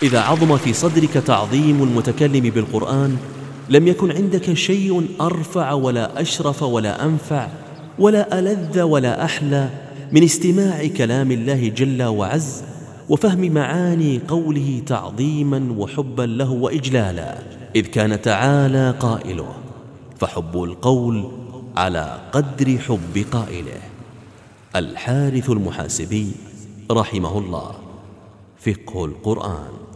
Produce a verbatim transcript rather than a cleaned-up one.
إذا عظم في صدرك تعظيم المتكلم بالقرآن لم يكن عندك شيء أرفع ولا أشرف ولا أنفع ولا ألذ ولا أحلى من استماع كلام الله جل وعز وفهم معاني قوله تعظيما وحبا له وإجلالا، إذ كان تعالى قائله: فحب القول على قدر حب قائله. الحارث المحاسبي رحمه الله. فقه القرآن.